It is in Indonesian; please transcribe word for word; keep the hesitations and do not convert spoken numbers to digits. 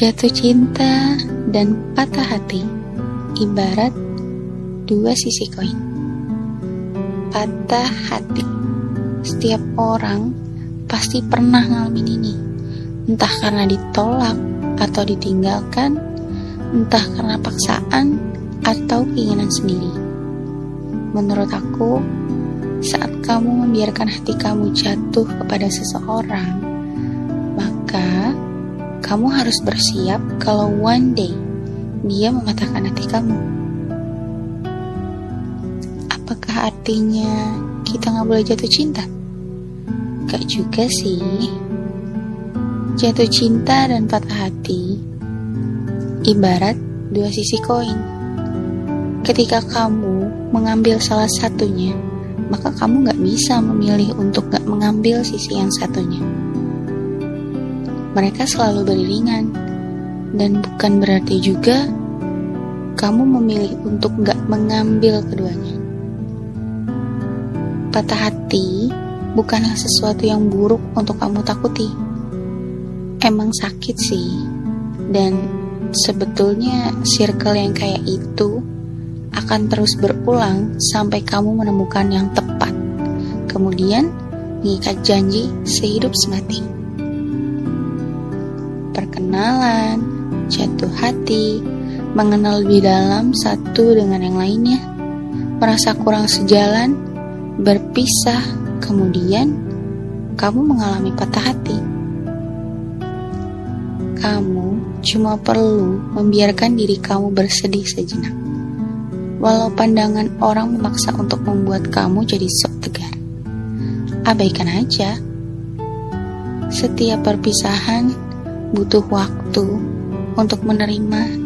Jatuh cinta dan patah hati ibarat dua sisi koin. Patah hati, setiap orang pasti pernah ngalamin ini, entah karena ditolak atau ditinggalkan, entah karena paksaan atau keinginan sendiri. Menurut aku, saat kamu membiarkan hati kamu jatuh kepada seseorang, maka kamu harus bersiap kalau one day dia mematahkan hati kamu. Apakah artinya kita gak boleh jatuh cinta? Gak juga sih. Jatuh cinta dan patah hati ibarat dua sisi koin. Ketika kamu mengambil salah satunya, maka kamu gak bisa memilih untuk gak mengambil sisi yang satunya. Mereka selalu beriringan, dan bukan berarti juga kamu memilih untuk gak mengambil keduanya. Patah hati bukanlah sesuatu yang buruk untuk kamu takuti. Emang sakit sih, dan sebetulnya circle yang kayak itu akan terus berulang sampai kamu menemukan yang tepat, kemudian mengikat janji sehidup semati. Perkenalan, jatuh hati, mengenal lebih dalam satu dengan yang lainnya, merasa kurang sejalan, berpisah, kemudian kamu mengalami patah hati. Kamu cuma perlu membiarkan diri kamu bersedih sejenak, walau pandangan orang memaksa untuk membuat kamu jadi sok tegar. Abaikan aja. Setiap perpisahan butuh waktu untuk menerima